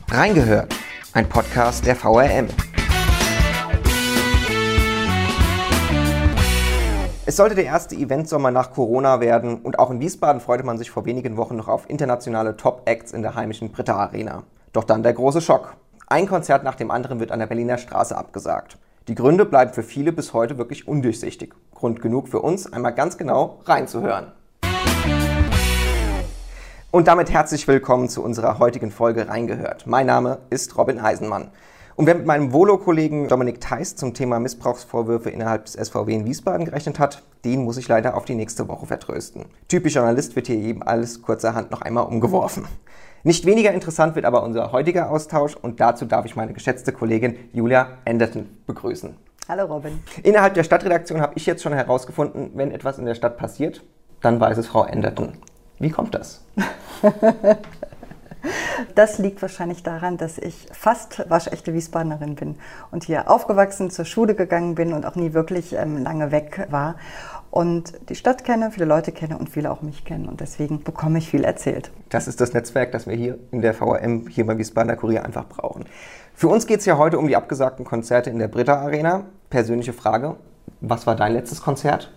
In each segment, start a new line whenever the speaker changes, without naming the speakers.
Reingehört, ein Podcast der VRM. Es sollte der erste Eventsommer nach Corona werden und auch in Wiesbaden freute man sich vor wenigen Wochen noch auf internationale Top-Acts in der heimischen Britta Arena. Doch dann der große Schock. Ein Konzert nach dem anderen wird an der Berliner Straße abgesagt. Die Gründe bleiben für viele bis heute wirklich undurchsichtig. Grund genug für uns, einmal ganz genau reinzuhören. Und damit herzlich willkommen zu unserer heutigen Folge Reingehört. Mein Name ist Robin Eisenmann. Und wer mit meinem Volo-Kollegen Dominik Theiss zum Thema Missbrauchsvorwürfe innerhalb des SVW in Wiesbaden gerechnet hat, den muss ich leider auf die nächste Woche vertrösten. Typisch Journalist wird hier eben alles kurzerhand noch einmal umgeworfen. Nicht weniger interessant wird aber unser heutiger Austausch und dazu darf ich meine geschätzte Kollegin Julia Anderton begrüßen.
Hallo Robin.
Innerhalb der Stadtredaktion habe ich jetzt schon herausgefunden, wenn etwas in der Stadt passiert, dann weiß es Frau Anderton. Wie kommt das?
Das liegt wahrscheinlich daran, dass ich fast waschechte Wiesbadenerin bin und hier aufgewachsen, zur Schule gegangen bin und auch nie wirklich lange weg war. Und die Stadt kenne, viele Leute kenne und viele auch mich kennen. Und deswegen bekomme ich viel erzählt.
Das ist das Netzwerk, das wir hier in der VRM, hier beim Wiesbadener Kurier einfach brauchen. Für uns geht es ja heute um die abgesagten Konzerte in der Britta Arena. Persönliche Frage, was war dein letztes Konzert?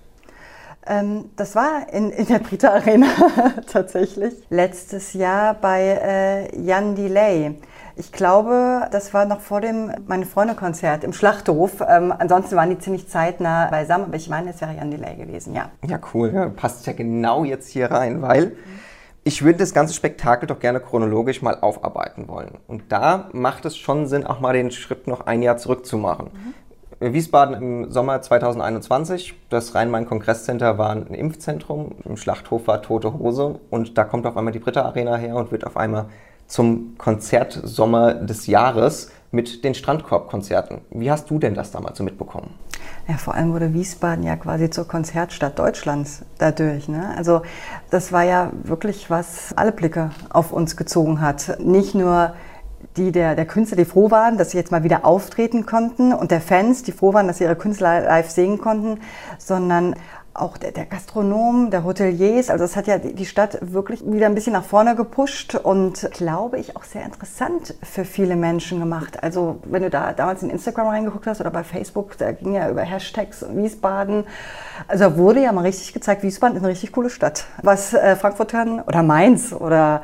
Das war in der Britta Arena tatsächlich. Letztes Jahr bei Jan Delay. Ich glaube, das war noch vor dem Meine-Freunde-Konzert im Schlachthof. Ansonsten waren die ziemlich zeitnah beisammen, aber ich meine, es wäre Jan Delay gewesen, ja.
Ja, cool. Ja, passt ja genau jetzt hier rein, weil ich würde das ganze Spektakel doch gerne chronologisch mal aufarbeiten wollen. Und da macht es schon Sinn, auch mal den Schritt noch ein Jahr zurückzumachen. Wiesbaden im Sommer 2021, das Rhein-Main-Kongresscenter war ein Impfzentrum, im Schlachthof war tote Hose und da kommt auf einmal die Britta Arena her und wird auf einmal zum Konzertsommer des Jahres mit den Strandkorb-Konzerten. Wie hast du denn das damals so mitbekommen?
Ja, vor allem wurde Wiesbaden ja quasi zur Konzertstadt Deutschlands dadurch, ne? Also das war ja wirklich, was alle Blicke auf uns gezogen hat. Nicht nur die der Künstler, die froh waren, dass sie jetzt mal wieder auftreten konnten und der Fans, die froh waren, dass sie ihre Künstler live sehen konnten, sondern auch der Gastronomen, der Hoteliers. Also das hat ja die Stadt wirklich wieder ein bisschen nach vorne gepusht und, glaube ich, auch sehr interessant für viele Menschen gemacht. Also wenn du da damals in Instagram reingeguckt hast oder bei Facebook, da ging ja über Hashtags Wiesbaden. Also da wurde ja mal richtig gezeigt, Wiesbaden ist eine richtig coole Stadt. Was Frankfurt kann oder Mainz oder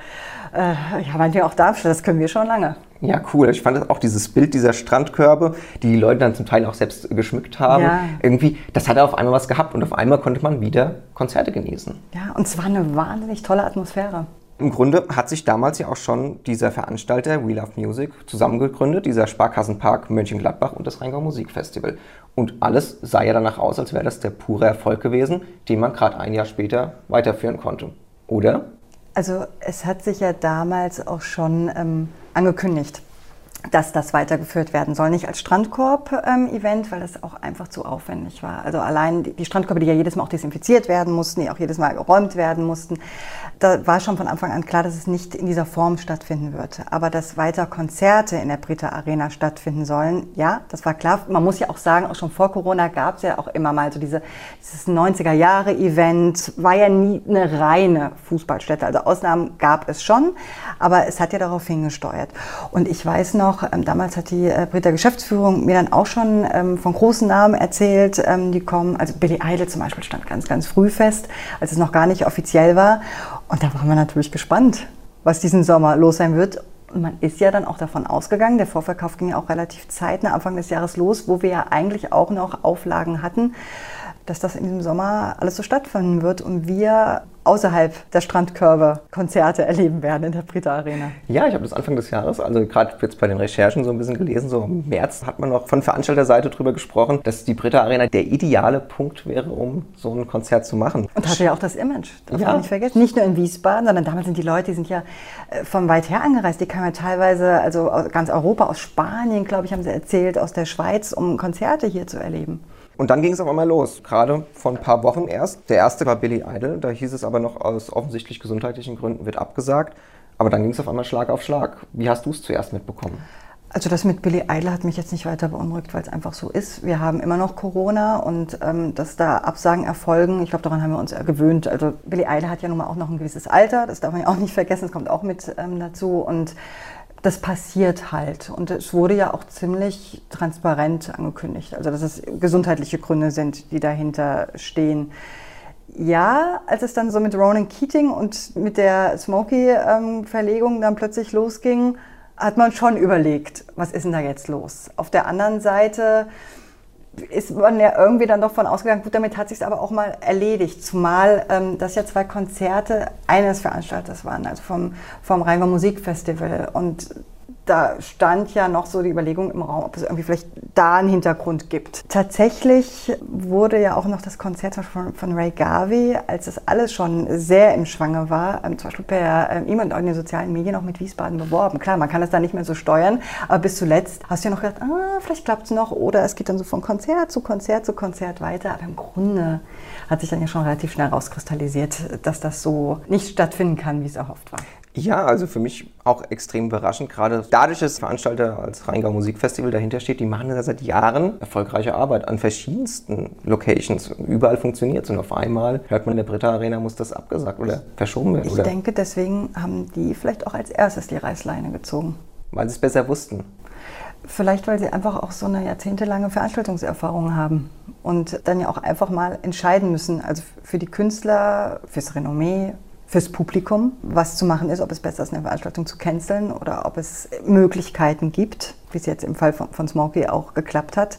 ja, meinetwegen auch Darmstadt, das können wir schon lange.
Ja, cool. Ich fand auch dieses Bild dieser Strandkörbe, die Leute dann zum Teil auch selbst geschmückt haben. Ja. Irgendwie, das hat auf einmal was gehabt und auf einmal konnte man wieder Konzerte genießen.
Ja, und es war eine wahnsinnig tolle Atmosphäre.
Im Grunde hat sich damals ja auch schon dieser Veranstalter We Love Music zusammengegründet, dieser Sparkassenpark Mönchengladbach und das Rheingau Musikfestival. Und alles sah ja danach aus, als wäre das der pure Erfolg gewesen, den man gerade ein Jahr später weiterführen konnte. Oder?
Also es hat sich ja damals auch schon angekündigt, dass das weitergeführt werden soll. Nicht als Strandkorb-Event, weil das auch einfach zu aufwendig war. Also allein die Strandkörbe, die ja jedes Mal auch desinfiziert werden mussten, die auch jedes Mal geräumt werden mussten, da war schon von Anfang an klar, dass es nicht in dieser Form stattfinden wird. Aber dass weiter Konzerte in der Britta Arena stattfinden sollen, ja, das war klar. Man muss ja auch sagen, auch schon vor Corona gab es ja auch immer mal so dieses 90er-Jahre-Event, war ja nie eine reine Fußballstätte. Also Ausnahmen gab es schon, aber es hat ja darauf hingesteuert. Und ich weiß noch, damals hat die Britta Geschäftsführung mir dann auch schon von großen Namen erzählt, die kommen. Also Billy Idol zum Beispiel stand ganz, ganz früh fest, als es noch gar nicht offiziell war. Und da waren wir natürlich gespannt, was diesen Sommer los sein wird. Und man ist ja dann auch davon ausgegangen, der Vorverkauf ging ja auch relativ zeitnah Anfang des Jahres los, wo wir ja eigentlich auch noch Auflagen hatten, dass das in diesem Sommer alles so stattfinden wird und wir außerhalb der Strandkörbe Konzerte erleben werden in der Britta Arena.
Ja, ich habe das Anfang des Jahres, also gerade jetzt bei den Recherchen so ein bisschen gelesen, so im März hat man noch von Veranstalterseite drüber gesprochen, dass die Britta Arena der ideale Punkt wäre, um so ein Konzert zu machen.
Und hatte ja auch das Image, darf man nicht vergessen. Nicht nur in Wiesbaden, sondern damals sind die Leute, die sind ja von weit her angereist, die kamen ja teilweise, also aus ganz Europa, aus Spanien, glaube ich, haben sie erzählt, aus der Schweiz, um Konzerte hier zu erleben.
Und dann ging es auf einmal los, gerade vor ein paar Wochen erst. Der erste war Billy Idol, da hieß es aber noch, aus offensichtlich gesundheitlichen Gründen wird abgesagt. Aber dann ging es auf einmal Schlag auf Schlag. Wie hast du es zuerst mitbekommen?
Also das mit Billy Idol hat mich jetzt nicht weiter beunruhigt, weil es einfach so ist. Wir haben immer noch Corona und dass da Absagen erfolgen, ich glaube, daran haben wir uns ja gewöhnt. Also Billy Idol hat ja nun mal auch noch ein gewisses Alter, das darf man ja auch nicht vergessen, das kommt auch mit dazu. Und das passiert halt. Und es wurde ja auch ziemlich transparent angekündigt. Also dass es gesundheitliche Gründe sind, die dahinter stehen. Ja, als es dann so mit Ronan Keating und mit der Smokey-Verlegung dann plötzlich losging, hat man schon überlegt, was ist denn da jetzt los? Auf der anderen Seite ist man ja irgendwie dann doch von ausgegangen, gut, damit hat sich es aber auch mal erledigt. Zumal das ja 2 Konzerte eines Veranstalters waren, also vom Rheingau Musikfestival. Und da stand ja noch so die Überlegung im Raum, ob es irgendwie vielleicht da einen Hintergrund gibt. Tatsächlich wurde ja auch noch das Konzert von Ray Garvey, als das alles schon sehr im Schwange war, zum Beispiel per E-Mail und auch in den sozialen Medien auch mit Wiesbaden beworben. Klar, man kann das da nicht mehr so steuern, aber bis zuletzt hast du ja noch gedacht, vielleicht klappt es noch, oder es geht dann so von Konzert zu Konzert zu Konzert weiter. Aber im Grunde hat sich dann ja schon relativ schnell rauskristallisiert, dass das so nicht stattfinden kann, wie es erhofft war.
Ja, also für mich auch extrem überraschend, gerade dadurch, dass Veranstalter als Rheingau Musikfestival dahinter steht, die machen ja seit Jahren erfolgreiche Arbeit an verschiedensten Locations. Überall funktioniert es und auf einmal hört man, in der Britta Arena muss das abgesagt oder verschoben werden.
Ich denke, deswegen haben die vielleicht auch als erstes die Reißleine gezogen.
Weil sie es besser wussten.
Vielleicht, weil sie einfach auch so eine jahrzehntelange Veranstaltungserfahrung haben und dann ja auch einfach mal entscheiden müssen, also für die Künstler, fürs Renommee, fürs Publikum, was zu machen ist, ob es besser ist, eine Veranstaltung zu canceln oder ob es Möglichkeiten gibt, wie es jetzt im Fall von Smokey auch geklappt hat.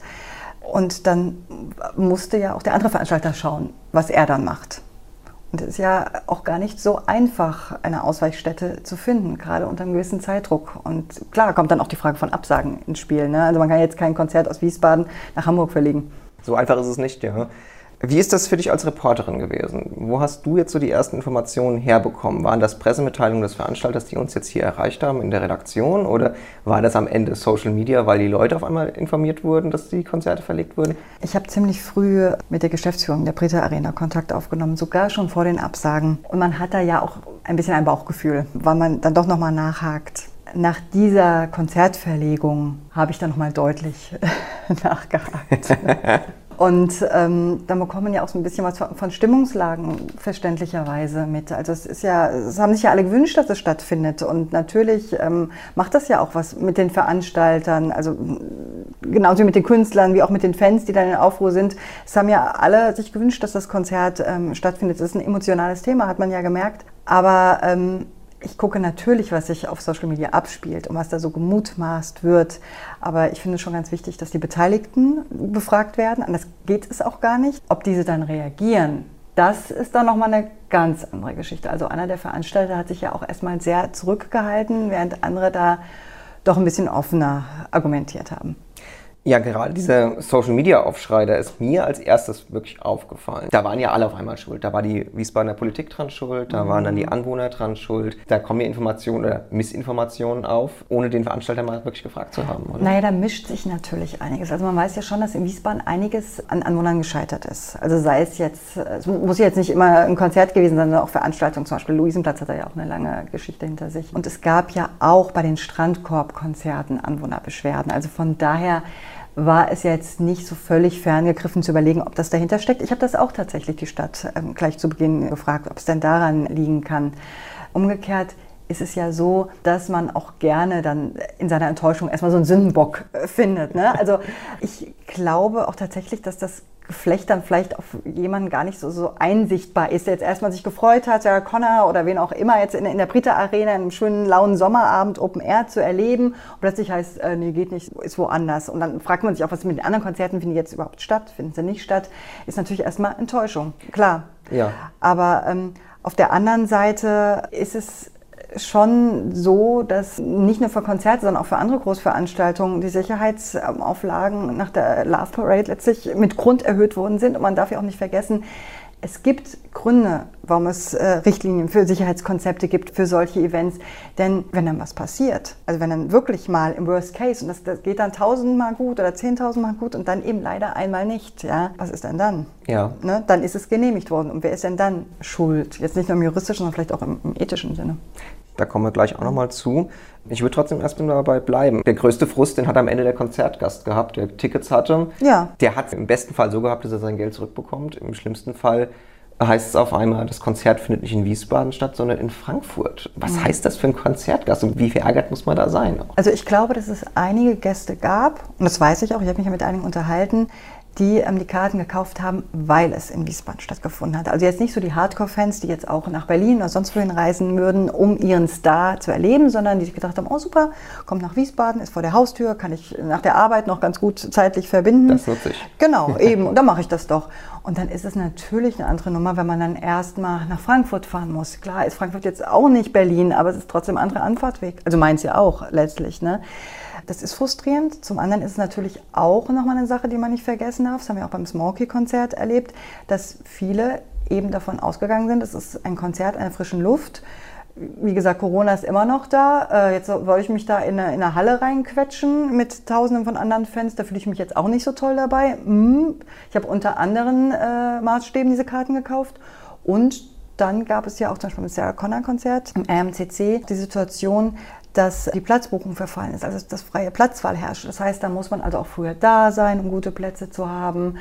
Und dann musste ja auch der andere Veranstalter schauen, was er dann macht. Und es ist ja auch gar nicht so einfach, eine Ausweichstätte zu finden, gerade unter einem gewissen Zeitdruck. Und klar kommt dann auch die Frage von Absagen ins Spiel, ne? Also man kann jetzt kein Konzert aus Wiesbaden nach Hamburg verlegen.
So einfach ist es nicht, ja. Wie ist das für dich als Reporterin gewesen? Wo hast du jetzt so die ersten Informationen herbekommen? Waren das Pressemitteilungen des Veranstalters, die uns jetzt hier erreicht haben in der Redaktion? Oder war das am Ende Social Media, weil die Leute auf einmal informiert wurden, dass die Konzerte verlegt wurden?
Ich habe ziemlich früh mit der Geschäftsführung der Britta Arena Kontakt aufgenommen, sogar schon vor den Absagen. Und man hat da ja auch ein bisschen ein Bauchgefühl, weil man dann doch nochmal nachhakt. Nach dieser Konzertverlegung habe ich dann nochmal deutlich nachgehakt. Und dann bekommt man ja auch so ein bisschen was von Stimmungslagen verständlicherweise mit. Also es haben sich ja alle gewünscht, dass es stattfindet. Und natürlich macht das ja auch was mit den Veranstaltern, also genauso wie mit den Künstlern, wie auch mit den Fans, die dann in Aufruhr sind. Es haben ja alle sich gewünscht, dass das Konzert stattfindet. Das ist ein emotionales Thema, hat man ja gemerkt. Aber ich gucke natürlich, was sich auf Social Media abspielt und was da so gemutmaßt wird. Aber ich finde es schon ganz wichtig, dass die Beteiligten befragt werden. Anders geht es auch gar nicht. Ob diese dann reagieren, das ist dann nochmal eine ganz andere Geschichte. Also einer der Veranstalter hat sich ja auch erstmal sehr zurückgehalten, während andere da doch ein bisschen offener argumentiert haben.
Ja, gerade dieser Social-Media-Aufschrei, der ist mir als erstes wirklich aufgefallen. Da waren ja alle auf einmal schuld. Da war die Wiesbadener Politik dran schuld, da waren dann die Anwohner dran schuld. Da kommen ja Informationen oder Missinformationen auf, ohne den Veranstalter mal wirklich gefragt zu haben, oder?
Naja, da mischt sich natürlich einiges. Also man weiß ja schon, dass in Wiesbaden einiges an Anwohnern gescheitert ist. Also sei es jetzt, es muss jetzt nicht immer ein Konzert gewesen sein, sondern auch Veranstaltungen. Zum Beispiel Luisenplatz hat da ja auch eine lange Geschichte hinter sich. Und es gab ja auch bei den Strandkorb-Konzerten Anwohnerbeschwerden. Also von daher war es jetzt nicht so völlig ferngegriffen zu überlegen, ob das dahinter steckt. Ich habe das auch tatsächlich die Stadt gleich zu Beginn gefragt, ob es denn daran liegen kann. Umgekehrt ist es ja so, dass man auch gerne dann in seiner Enttäuschung erstmal so einen Sündenbock findet, ne? Also ich glaube auch tatsächlich, dass das Geflecht dann vielleicht auf jemanden gar nicht so einsichtbar ist, der jetzt erstmal sich gefreut hat, Sarah Connor oder wen auch immer jetzt in der Britta Arena in einem schönen lauen Sommerabend Open Air zu erleben. Und plötzlich heißt, nee, geht nicht, ist woanders. Und dann fragt man sich auch, was mit den anderen Konzerten, finden die jetzt überhaupt statt, finden sie nicht statt, ist natürlich erstmal Enttäuschung, klar.
Ja.
Aber auf der anderen Seite ist es schon so, dass nicht nur für Konzerte, sondern auch für andere Großveranstaltungen die Sicherheitsauflagen nach der Love Parade letztlich mit Grund erhöht worden sind. Und man darf ja auch nicht vergessen, es gibt Gründe, warum es Richtlinien für Sicherheitskonzepte gibt für solche Events. Denn wenn dann was passiert, also wenn dann wirklich mal im Worst Case, und das geht dann 1000-mal gut oder 10.000-mal gut und dann eben leider einmal nicht, ja, was ist denn dann?
Ja.
Ne? Dann ist es genehmigt worden. Und wer ist denn dann schuld? Jetzt nicht nur im juristischen, sondern vielleicht auch im ethischen Sinne.
Da kommen wir gleich auch nochmal zu. Ich würde trotzdem erstmal dabei bleiben. Der größte Frust, den hat am Ende der Konzertgast gehabt, der Tickets hatte.
Ja.
Der hat es im besten Fall so gehabt, dass er sein Geld zurückbekommt. Im schlimmsten Fall heißt es auf einmal, das Konzert findet nicht in Wiesbaden statt, sondern in Frankfurt. Was heißt das für ein Konzertgast und wie verärgert muss man da sein?
Also ich glaube, dass es einige Gäste gab, und das weiß ich auch, ich habe mich ja mit einigen unterhalten, die die Karten gekauft haben, weil es in Wiesbaden stattgefunden hat. Also jetzt nicht so die Hardcore-Fans, die jetzt auch nach Berlin oder sonst wohin reisen würden, um ihren Star zu erleben, sondern die sich gedacht haben, oh super, kommt nach Wiesbaden, ist vor der Haustür, kann ich nach der Arbeit noch ganz gut zeitlich verbinden.
Das nutze ich.
Genau, eben, und dann mache ich das doch. Und dann ist es natürlich eine andere Nummer, wenn man dann erstmal nach Frankfurt fahren muss. Klar ist Frankfurt jetzt auch nicht Berlin, aber es ist trotzdem ein anderer Anfahrtweg. Also meins ja auch letztlich, ne? Das ist frustrierend. Zum anderen ist es natürlich auch nochmal eine Sache, die man nicht vergessen darf. Das haben wir auch beim Smokey-Konzert erlebt, dass viele eben davon ausgegangen sind, es ist ein Konzert an der frischen Luft. Wie gesagt, Corona ist immer noch da. Jetzt wollte ich mich da in eine Halle reinquetschen mit Tausenden von anderen Fans. Da fühle ich mich jetzt auch nicht so toll dabei. Ich habe unter anderen Maßstäben diese Karten gekauft. Und dann gab es ja auch zum Beispiel beim Sarah Connor-Konzert im RMCC die Situation, dass die Platzbuchung verfallen ist, also dass freie Platzwahl herrscht. Das heißt, da muss man also auch früher da sein, um gute Plätze zu haben.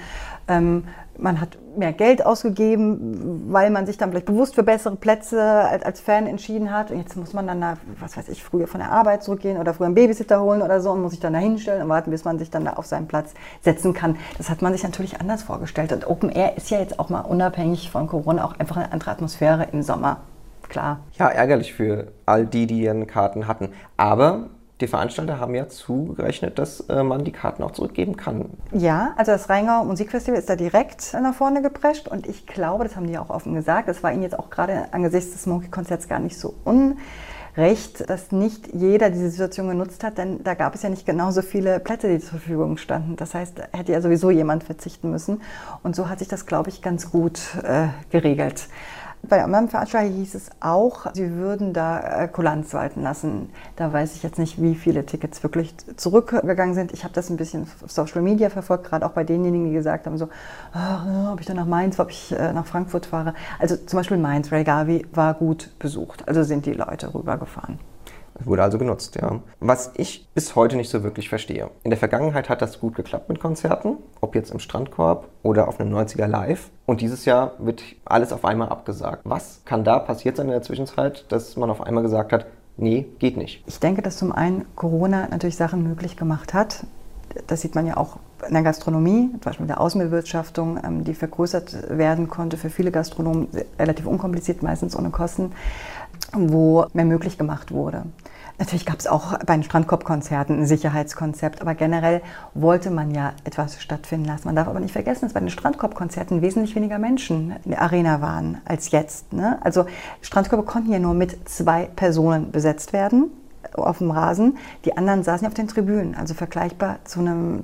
Man hat mehr Geld ausgegeben, weil man sich dann vielleicht bewusst für bessere Plätze als Fan entschieden hat. Und jetzt muss man dann da, was weiß ich, früher von der Arbeit zurückgehen oder früher einen Babysitter holen oder so und muss sich dann da hinstellen und warten, bis man sich dann da auf seinen Platz setzen kann. Das hat man sich natürlich anders vorgestellt. Und Open Air ist ja jetzt auch mal unabhängig von Corona auch einfach eine andere Atmosphäre im Sommer. Klar.
Ja, ärgerlich für all die ihren Karten hatten. Aber die Veranstalter haben ja zugerechnet, dass man die Karten auch zurückgeben kann.
Ja, also das Rheingau Musikfestival ist da direkt nach vorne geprescht und ich glaube, das haben die auch offen gesagt, das war ihnen jetzt auch gerade angesichts des Smokey-Konzerts gar nicht so unrecht, dass nicht jeder diese Situation genutzt hat, denn da gab es ja nicht genauso viele Plätze, die zur Verfügung standen. Das heißt, da hätte ja sowieso jemand verzichten müssen und so hat sich das, glaube ich, ganz gut geregelt. Bei anderen Veranstaltungen hieß es auch, sie würden da Kulanz walten lassen. Da weiß ich jetzt nicht, wie viele Tickets wirklich zurückgegangen sind. Ich habe das ein bisschen auf Social Media verfolgt, gerade auch bei denjenigen, die gesagt haben, so, ob ich dann nach Mainz, ob ich nach Frankfurt fahre. Also zum Beispiel Mainz, Relgavi war gut besucht. Also sind die Leute rübergefahren.
Wurde also genutzt, ja. Was ich bis heute nicht so wirklich verstehe. In der Vergangenheit hat das gut geklappt mit Konzerten, ob jetzt im Strandkorb oder auf einem 90er Live. Und dieses Jahr wird alles auf einmal abgesagt. Was kann da passiert sein in der Zwischenzeit, dass man auf einmal gesagt hat, nee, geht nicht?
Ich denke, dass zum einen Corona natürlich Sachen möglich gemacht hat. Das sieht man ja auch in der Gastronomie, zum Beispiel in der Außenbewirtschaftung, die vergrößert werden konnte für viele Gastronomen, relativ unkompliziert, meistens ohne Kosten, wo mehr möglich gemacht wurde. Natürlich gab es auch bei den Strandkorb-Konzerten ein Sicherheitskonzept, aber generell wollte man ja etwas stattfinden lassen. Man darf aber nicht vergessen, dass bei den Strandkorb-Konzerten wesentlich weniger Menschen in der Arena waren als jetzt, ne? Also Strandkörbe konnten ja nur mit 2 Personen besetzt werden auf dem Rasen. Die anderen saßen ja auf den Tribünen, also vergleichbar zu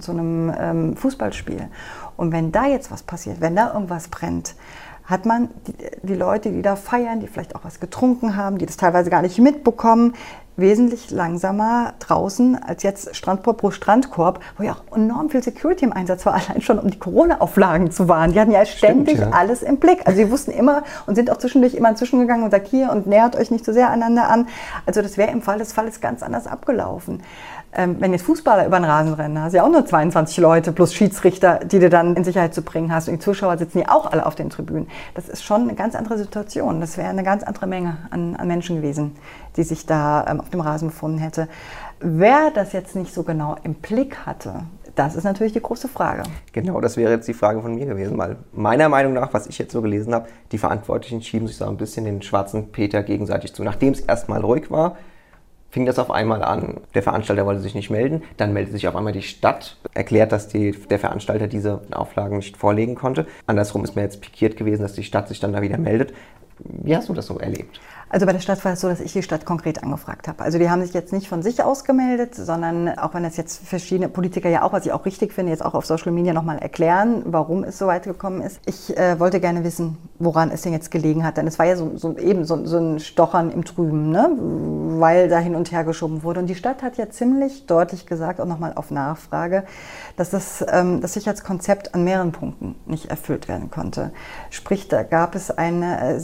einem Fußballspiel. Und wenn da jetzt was passiert, wenn da irgendwas brennt, hat man die Leute, die da feiern, die vielleicht auch was getrunken haben, die das teilweise gar nicht mitbekommen, wesentlich langsamer draußen als jetzt Strandkorb pro Strandkorb, wo ja auch enorm viel Security im Einsatz war, allein schon um die Corona-Auflagen zu wahren. Die hatten ja ständig alles im Blick. Also sie wussten immer und sind auch zwischendurch immer zwischengegangen und sagt, hier und nähert euch nicht so sehr aneinander an. Also das wäre im Fall des Falles ganz anders abgelaufen. Wenn jetzt Fußballer über den Rasen rennen, hast du ja auch nur 22 Leute plus Schiedsrichter, die du dann in Sicherheit zu bringen hast. Und die Zuschauer sitzen ja auch alle auf den Tribünen. Das ist schon eine ganz andere Situation. Das wäre eine ganz andere Menge an Menschen gewesen, die sich da auf dem Rasen befunden hätte. Wer das jetzt nicht so genau im Blick hatte, das ist natürlich die große Frage.
Genau, das wäre jetzt die Frage von mir gewesen, weil meiner Meinung nach, was ich jetzt so gelesen habe, die Verantwortlichen schieben sich so ein bisschen den schwarzen Peter gegenseitig zu. Nachdem es erstmal ruhig war, fing das auf einmal an. Der Veranstalter wollte sich nicht melden, dann meldete sich auf einmal die Stadt, erklärt, dass der Veranstalter diese Auflagen nicht vorlegen konnte. Andersrum ist mir jetzt pikiert gewesen, dass die Stadt sich dann da wieder meldet. Wie hast du das so erlebt?
Also bei der Stadt war es so, dass ich die Stadt konkret angefragt habe. Also die haben sich jetzt nicht von sich aus gemeldet, sondern auch wenn das jetzt verschiedene Politiker ja auch, was ich auch richtig finde, jetzt auch auf Social Media nochmal erklären, warum es so weit gekommen ist. Ich wollte gerne wissen, woran es denn jetzt gelegen hat. Denn es war ja so ein Stochern im Trüben, ne? Weil da hin und her geschoben wurde. Und die Stadt hat ja ziemlich deutlich gesagt, auch nochmal auf Nachfrage, dass das Sicherheitskonzept an mehreren Punkten nicht erfüllt werden konnte. Sprich, da gab es eine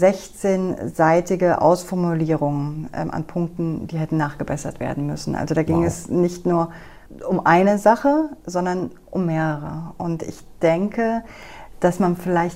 16-seitige Ausformulierung an Punkten, die hätten nachgebessert werden müssen. Also da ging es nicht nur um eine Sache, sondern um mehrere. Und ich denke, dass man vielleicht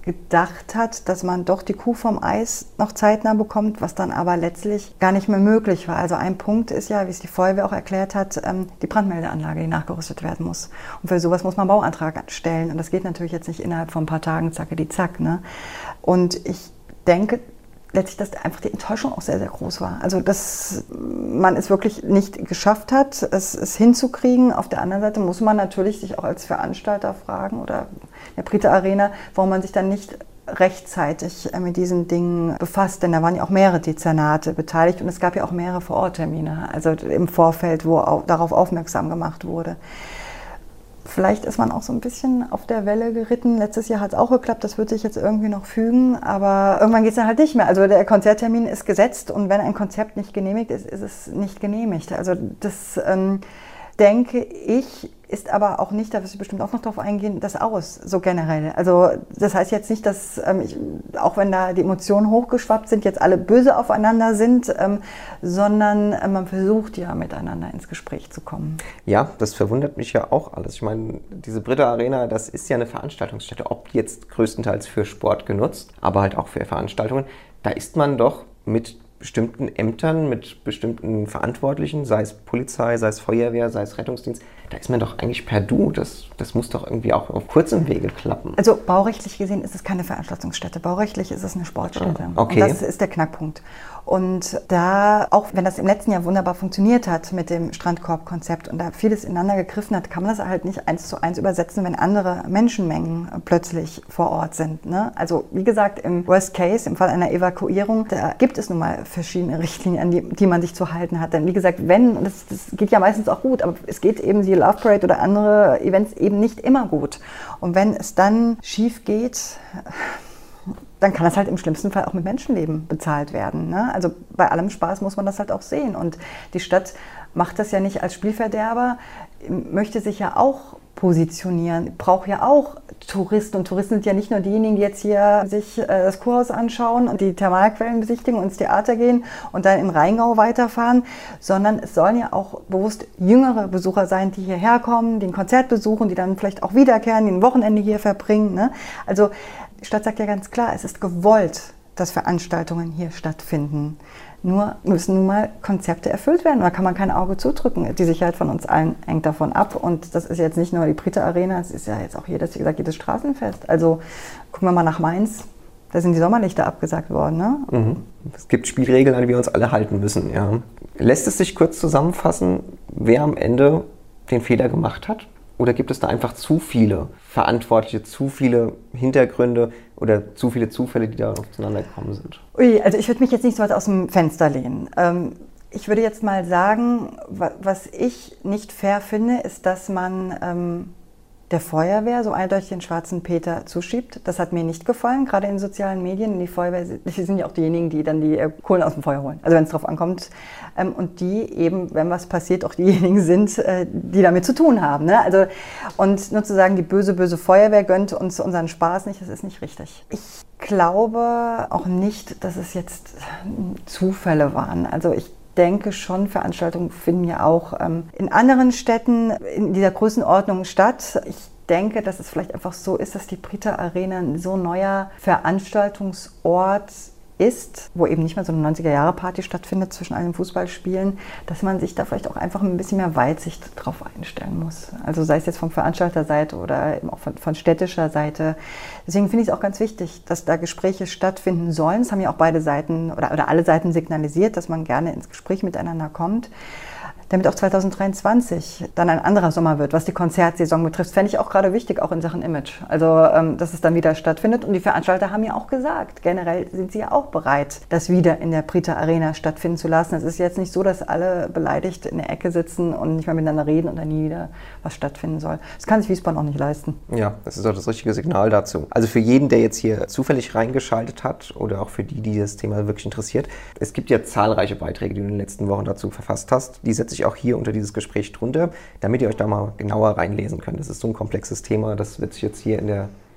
gedacht hat, dass man doch die Kuh vom Eis noch zeitnah bekommt, was dann aber letztlich gar nicht mehr möglich war. Also ein Punkt ist ja, wie es die Feuerwehr auch erklärt hat, die Brandmeldeanlage, die nachgerüstet werden muss. Und für sowas muss man einen Bauantrag stellen. Und das geht natürlich jetzt nicht innerhalb von ein paar Tagen, zacke die zack. Ne? Und ich denke letztlich, dass einfach die Enttäuschung auch sehr, sehr groß war. Also, dass man es wirklich nicht geschafft hat, es hinzukriegen. Auf der anderen Seite muss man natürlich sich auch als Veranstalter fragen oder der Brita Arena, warum man sich dann nicht rechtzeitig mit diesen Dingen befasst. Denn da waren ja auch mehrere Dezernate beteiligt und es gab ja auch mehrere Vororttermine, also im Vorfeld, wo auch darauf aufmerksam gemacht wurde. Vielleicht ist man auch so ein bisschen auf der Welle geritten. Letztes Jahr hat es auch geklappt, das wird sich jetzt irgendwie noch fügen, aber irgendwann geht es dann halt nicht mehr. Also der Konzerttermin ist gesetzt und wenn ein Konzept nicht genehmigt ist, ist es nicht genehmigt. Also das denke ich, ist aber auch nicht, da wirst du bestimmt auch noch drauf eingehen, das Aus, so generell. Also das heißt jetzt nicht, dass, auch wenn da die Emotionen hochgeschwappt sind, jetzt alle böse aufeinander sind, sondern man versucht ja miteinander ins Gespräch zu kommen.
Ja, das verwundert mich ja auch alles. Ich meine, diese Brita Arena, das ist ja eine Veranstaltungsstätte, ob jetzt größtenteils für Sport genutzt, aber halt auch für Veranstaltungen. Da ist man doch mit bestimmten Ämtern, mit bestimmten Verantwortlichen, sei es Polizei, sei es Feuerwehr, sei es Rettungsdienst, da ist man doch eigentlich per Du. Das muss doch irgendwie auch auf kurzem Wege klappen.
Also baurechtlich gesehen ist es keine Veranstaltungsstätte. Baurechtlich ist es eine Sportstätte.
Okay.
Und das ist der Knackpunkt. Und da, auch wenn das im letzten Jahr wunderbar funktioniert hat mit dem Strandkorb-Konzept und da vieles ineinander gegriffen hat, kann man das halt nicht 1:1 übersetzen, wenn andere Menschenmengen plötzlich vor Ort sind. Ne? Also wie gesagt, im Worst Case, im Fall einer Evakuierung, da gibt es nun mal verschiedene Richtlinien, an die man sich zu halten hat. Denn wie gesagt, wenn, und das geht ja meistens auch gut, aber es geht eben die Love Parade oder andere Events eben nicht immer gut. Und wenn es dann schief geht, dann kann das halt im schlimmsten Fall auch mit Menschenleben bezahlt werden. Ne? Also bei allem Spaß muss man das halt auch sehen. Und die Stadt macht das ja nicht als Spielverderber, möchte sich ja auch positionieren, braucht ja auch Touristen. Und Touristen sind ja nicht nur diejenigen, die jetzt hier sich das Kurhaus anschauen und die Thermalquellen besichtigen und ins Theater gehen und dann im Rheingau weiterfahren, sondern es sollen ja auch bewusst jüngere Besucher sein, die hierher kommen, die ein Konzert besuchen, die dann vielleicht auch wiederkehren, die ein Wochenende hier verbringen. Ne? Also die Stadt sagt ja ganz klar, es ist gewollt, dass Veranstaltungen hier stattfinden. Nur müssen nun mal Konzepte erfüllt werden. Da kann man kein Auge zudrücken. Die Sicherheit von uns allen hängt davon ab. Und das ist jetzt nicht nur die Brita Arena, es ist ja jetzt auch hier, wie gesagt, jedes Straßenfest. Also gucken wir mal nach Mainz. Da sind die Sommerlichter abgesagt worden. Ne?
Mhm. Es gibt Spielregeln, an die wir uns alle halten müssen. Ja. Lässt es sich kurz zusammenfassen, wer am Ende den Fehler gemacht hat? Oder gibt es da einfach zu viele Verantwortliche, zu viele Hintergründe oder zu viele Zufälle, die da aufeinander gekommen sind?
Ui, also ich würde mich jetzt nicht so weit aus dem Fenster lehnen. Ich würde jetzt mal sagen, was ich nicht fair finde, ist, dass man der Feuerwehr so eindeutig den schwarzen Peter zuschiebt. Das hat mir nicht gefallen, gerade in sozialen Medien. Die Feuerwehr sind ja auch diejenigen, die dann die Kohlen aus dem Feuer holen, also wenn es drauf ankommt. Und die eben, wenn was passiert, auch diejenigen sind, die damit zu tun haben. Ne? Also, und nur zu sagen, die böse, böse Feuerwehr gönnt uns unseren Spaß nicht, das ist nicht richtig. Ich glaube auch nicht, dass es jetzt Zufälle waren. Also ich denke schon, Veranstaltungen finden ja auch in anderen Städten in dieser Größenordnung statt. Ich denke, dass es vielleicht einfach so ist, dass die Brita Arena ein so neuer Veranstaltungsort ist, wo eben nicht mehr so eine 90er-Jahre-Party stattfindet zwischen allen Fußballspielen, dass man sich da vielleicht auch einfach ein bisschen mehr Weitsicht drauf einstellen muss. Also sei es jetzt von Veranstalterseite oder eben auch von städtischer Seite. Deswegen finde ich es auch ganz wichtig, dass da Gespräche stattfinden sollen. Das haben ja auch beide Seiten oder alle Seiten signalisiert, dass man gerne ins Gespräch miteinander kommt, damit auch 2023 dann ein anderer Sommer wird, was die Konzertsaison betrifft. Fände ich auch gerade wichtig, auch in Sachen Image. Also, dass es dann wieder stattfindet. Und die Veranstalter haben ja auch gesagt, generell sind sie ja auch bereit, das wieder in der Brita Arena stattfinden zu lassen. Es ist jetzt nicht so, dass alle beleidigt in der Ecke sitzen und nicht mehr miteinander reden und dann nie wieder was stattfinden soll. Das kann sich Wiesbaden auch nicht leisten. Ja,
das ist auch das richtige Signal dazu. Also für jeden, der jetzt hier zufällig reingeschaltet hat oder auch für die, die das Thema wirklich interessiert, es gibt ja zahlreiche Beiträge, die du in den letzten Wochen dazu verfasst hast. Die setze ich auch hier unter dieses Gespräch drunter, damit ihr euch da mal genauer reinlesen könnt. Das ist so ein komplexes Thema, das wird sich jetzt hier in der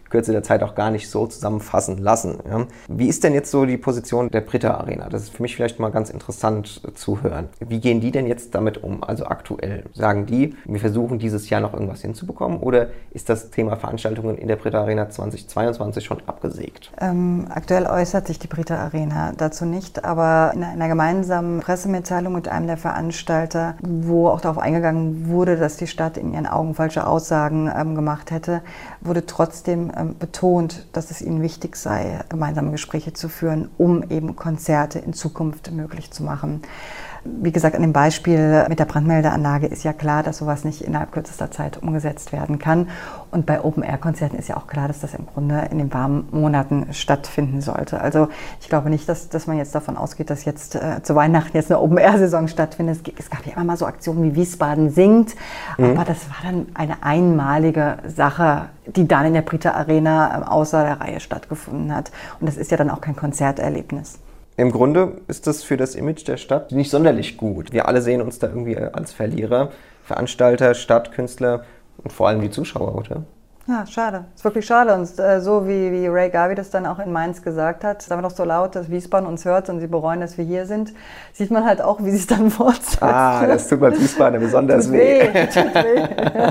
Kürze der Zeit auch gar nicht so zusammenfassen lassen. Ja. Wie ist denn jetzt so die Position der Britta Arena? Das ist für mich vielleicht mal ganz interessant zu hören. Wie gehen die denn jetzt damit um? Also aktuell sagen die, wir versuchen dieses Jahr noch irgendwas hinzubekommen, oder ist das Thema Veranstaltungen in der Britta Arena 2022 schon abgesägt?
Aktuell äußert sich die Britta Arena dazu nicht, aber in einer gemeinsamen Pressemitteilung mit einem der Veranstalter, wo auch darauf eingegangen wurde, dass die Stadt in ihren Augen falsche Aussagen gemacht hätte, wurde trotzdem betont, dass es ihnen wichtig sei, gemeinsame Gespräche zu führen, um eben Konzerte in Zukunft möglich zu machen. Wie gesagt, an dem Beispiel mit der Brandmeldeanlage ist ja klar, dass sowas nicht innerhalb kürzester Zeit umgesetzt werden kann. Und bei Open-Air-Konzerten ist ja auch klar, dass das im Grunde in den warmen Monaten stattfinden sollte. Also ich glaube nicht, dass man jetzt davon ausgeht, dass jetzt zu Weihnachten jetzt eine Open-Air-Saison stattfindet. Es gab ja immer mal so Aktionen wie Wiesbaden singt, aber das war dann eine einmalige Sache, die dann in der Britta Arena außer der Reihe stattgefunden hat. Und das ist ja dann auch kein Konzerterlebnis.
Im Grunde ist das für das Image der Stadt nicht sonderlich gut. Wir alle sehen uns da irgendwie als Verlierer. Veranstalter, Stadt, Künstler und vor allem die Zuschauer, oder?
Ja, schade. Ist wirklich schade. Und so wie Ray Garvey das dann auch in Mainz gesagt hat, sagen wir doch so laut, dass Wiesbaden uns hört und sie bereuen, dass wir hier sind, sieht man halt auch, wie sie es dann fortsetzt.
Das tut bei Wiesbaden besonders weh. Tut weh.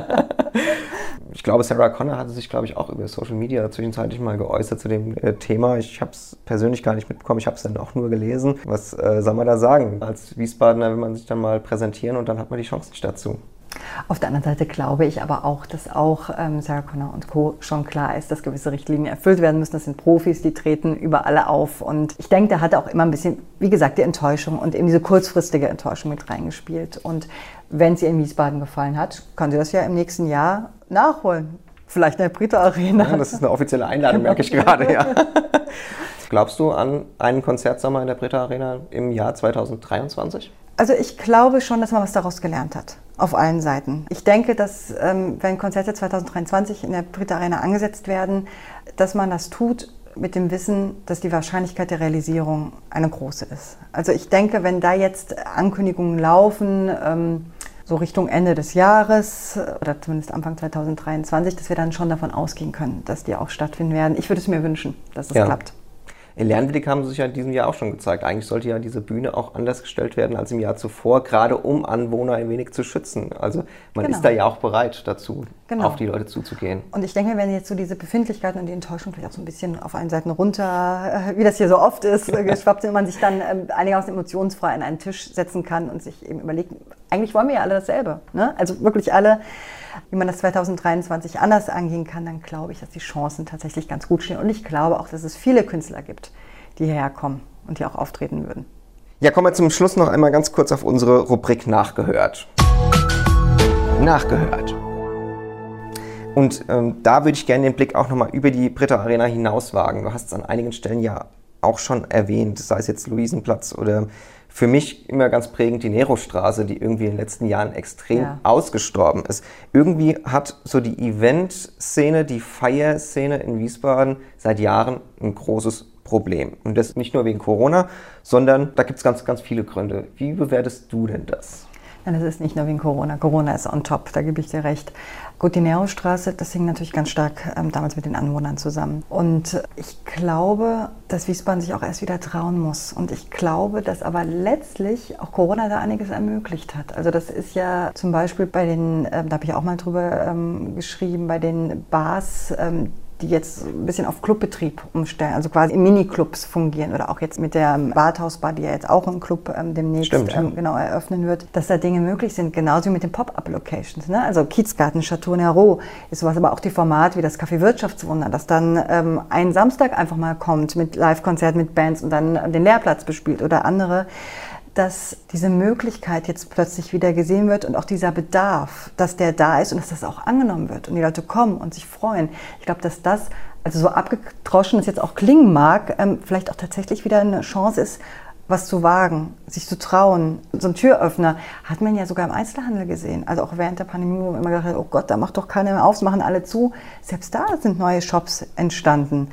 Ich glaube, Sarah Connor hatte sich, auch über Social Media zwischenzeitlich mal geäußert zu dem Thema. Ich habe es persönlich gar nicht mitbekommen, ich habe es dann auch nur gelesen. Was soll man da sagen? Als Wiesbadener will man sich dann mal präsentieren und dann hat man die Chance nicht dazu.
Auf der anderen Seite glaube ich aber auch, dass auch Sarah Connor und Co. schon klar ist, dass gewisse Richtlinien erfüllt werden müssen. Das sind Profis, die treten über alle auf. Und ich denke, da hat auch immer ein bisschen, wie gesagt, die Enttäuschung und eben diese kurzfristige Enttäuschung mit reingespielt. Und wenn es ihr in Wiesbaden gefallen hat, kann sie das ja im nächsten Jahr nachholen. Vielleicht in der Britta Arena.
Ja, das ist eine offizielle Einladung, merke ich gerade, ja. Glaubst du an einen Konzertsommer in der Britta Arena im Jahr 2023?
Also ich glaube schon, dass man was daraus gelernt hat, auf allen Seiten. Ich denke, dass wenn Konzerte 2023 in der Britta Arena angesetzt werden, dass man das tut mit dem Wissen, dass die Wahrscheinlichkeit der Realisierung eine große ist. Also ich denke, wenn da jetzt Ankündigungen laufen, so Richtung Ende des Jahres oder zumindest Anfang 2023, dass wir dann schon davon ausgehen können, dass die auch stattfinden werden. Ich würde es mir wünschen, dass es klappt.
In Lernwillig haben sie sich ja in diesem Jahr auch schon gezeigt. Eigentlich sollte ja diese Bühne auch anders gestellt werden als im Jahr zuvor, gerade um Anwohner ein wenig zu schützen. Also man ist da ja auch bereit dazu, auf die Leute zuzugehen.
Und ich denke, wenn jetzt so diese Befindlichkeiten und die Enttäuschung vielleicht auch so ein bisschen auf allen Seiten runter, wie das hier so oft ist, geschwappt sind, man sich dann einigermaßen emotionsfrei an einen Tisch setzen kann und sich eben überlegt, eigentlich wollen wir ja alle dasselbe, ne? Also wirklich alle, wie man das 2023 anders angehen kann, dann glaube ich, dass die Chancen tatsächlich ganz gut stehen. Und ich glaube auch, dass es viele Künstler gibt, die hierher kommen und die auch auftreten würden.
Ja, kommen wir zum Schluss noch einmal ganz kurz auf unsere Rubrik Nachgehört. Nachgehört. Und da würde ich gerne den Blick auch nochmal über die Britta Arena hinaus wagen. Du hast es an einigen Stellen ja auch schon erwähnt, sei es jetzt Luisenplatz oder für mich immer ganz prägend die Nerostraße, die irgendwie in den letzten Jahren extrem ausgestorben ist. Irgendwie hat so die Event-Szene, die Feierszene in Wiesbaden seit Jahren ein großes Problem. Und das nicht nur wegen Corona, sondern da gibt es ganz, ganz viele Gründe. Wie bewertest du denn das?
Ja, das ist nicht nur wegen Corona. Corona ist on top, da gebe ich dir recht. Gut, die Nerostraße, das hing natürlich ganz stark damals mit den Anwohnern zusammen. Und ich glaube, dass Wiesbaden sich auch erst wieder trauen muss. Und ich glaube, dass aber letztlich auch Corona da einiges ermöglicht hat. Also das ist ja zum Beispiel bei den, da habe ich auch mal drüber geschrieben, bei den Bars, die jetzt ein bisschen auf Clubbetrieb umstellen, also quasi in Miniclubs fungieren oder auch jetzt mit der Badhausbar, die ja jetzt auch im Club demnächst genau eröffnen wird, dass da Dinge möglich sind, genauso wie mit den Pop-Up-Locations. Ne? Also Kiezgarten, Chateau Nero ist sowas, aber auch die Formate wie das Café Wirtschaftswunder, das dann einen Samstag einfach mal kommt mit Live-Konzert, mit Bands und dann den Lehrplatz bespielt oder andere, dass diese Möglichkeit jetzt plötzlich wieder gesehen wird und auch dieser Bedarf, dass der da ist und dass das auch angenommen wird und die Leute kommen und sich freuen. Ich glaube, dass das, also so abgedroschen es jetzt auch klingen mag, vielleicht auch tatsächlich wieder eine Chance ist, was zu wagen, sich zu trauen. So ein Türöffner hat man ja sogar im Einzelhandel gesehen. Also auch während der Pandemie, wo man immer gedacht hat, oh Gott, da macht doch keiner mehr auf, es machen alle zu. Selbst da sind neue Shops entstanden.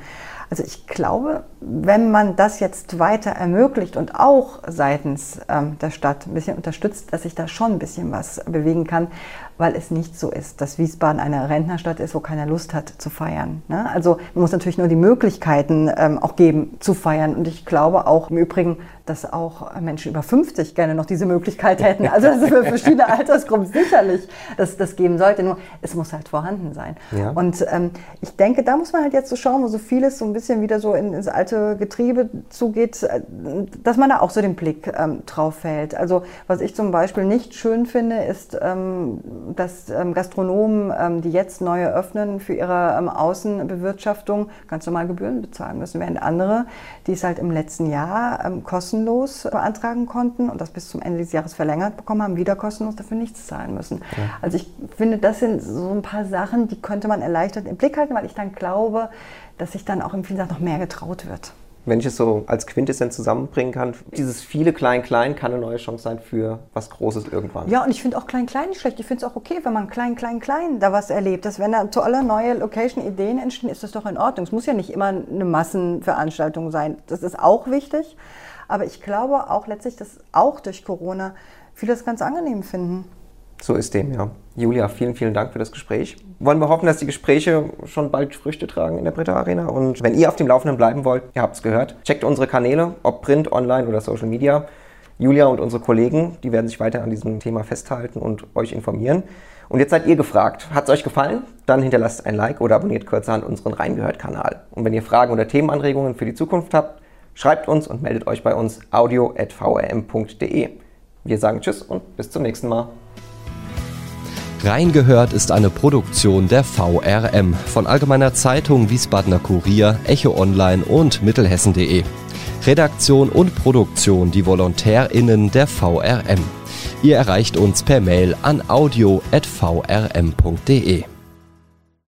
Also ich glaube, wenn man das jetzt weiter ermöglicht und auch seitens der Stadt ein bisschen unterstützt, dass sich da schon ein bisschen was bewegen kann, weil es nicht so ist, dass Wiesbaden eine Rentnerstadt ist, wo keiner Lust hat zu feiern. Ne? Also man muss natürlich nur die Möglichkeiten auch geben zu feiern. Und ich glaube auch im Übrigen, dass auch Menschen über 50 gerne noch diese Möglichkeit hätten. Also das ist für verschiedene Altersgruppen sicherlich, dass das geben sollte. Nur es muss halt vorhanden sein. Ja. Und ich denke, da muss man halt jetzt so schauen, wo so vieles so ein bisschen wieder so ins alte Getriebe zugeht, dass man da auch so den Blick drauf hält. Also was ich zum Beispiel nicht schön finde, ist, dass Gastronomen, die jetzt neu eröffnen, für ihre Außenbewirtschaftung ganz normal Gebühren bezahlen müssen, während andere, die es halt im letzten Jahr kostenlos beantragen konnten und das bis zum Ende des Jahres verlängert bekommen haben, wieder kostenlos dafür nichts zahlen müssen. Ja. Also ich finde, das sind so ein paar Sachen, die könnte man erleichtert im Blick halten, weil ich dann glaube, dass sich dann auch in vielen Sachen noch mehr getraut wird.
Wenn ich es so als Quintessenz zusammenbringen kann, dieses viele Klein-Klein kann eine neue Chance sein für was Großes irgendwann.
Ja, und ich finde auch Klein-Klein nicht schlecht. Ich finde es auch okay, wenn man Klein da was erlebt. Dass wenn da tolle neue Location-Ideen entstehen, ist das doch in Ordnung. Es muss ja nicht immer eine Massenveranstaltung sein. Das ist auch wichtig. Aber ich glaube auch letztlich, dass auch durch Corona viele das ganz angenehm finden.
So ist dem, ja. Julia, vielen, vielen Dank für das Gespräch. Wollen wir hoffen, dass die Gespräche schon bald Früchte tragen in der Britta Arena. Und wenn ihr auf dem Laufenden bleiben wollt, ihr habt es gehört, checkt unsere Kanäle, ob Print, Online oder Social Media. Julia und unsere Kollegen, die werden sich weiter an diesem Thema festhalten und euch informieren. Und jetzt seid ihr gefragt. Hat es euch gefallen? Dann hinterlasst ein Like oder abonniert kurzerhand unseren Reingehört-Kanal. Und wenn ihr Fragen oder Themenanregungen für die Zukunft habt, schreibt uns und meldet euch bei uns audio@vrm.de. Wir sagen Tschüss und bis zum nächsten Mal.
Reingehört ist eine Produktion der VRM von Allgemeiner Zeitung, Wiesbadener Kurier, Echo Online und Mittelhessen.de. Redaktion und Produktion die VolontärInnen der VRM. Ihr erreicht uns per Mail an audio@vrm.de.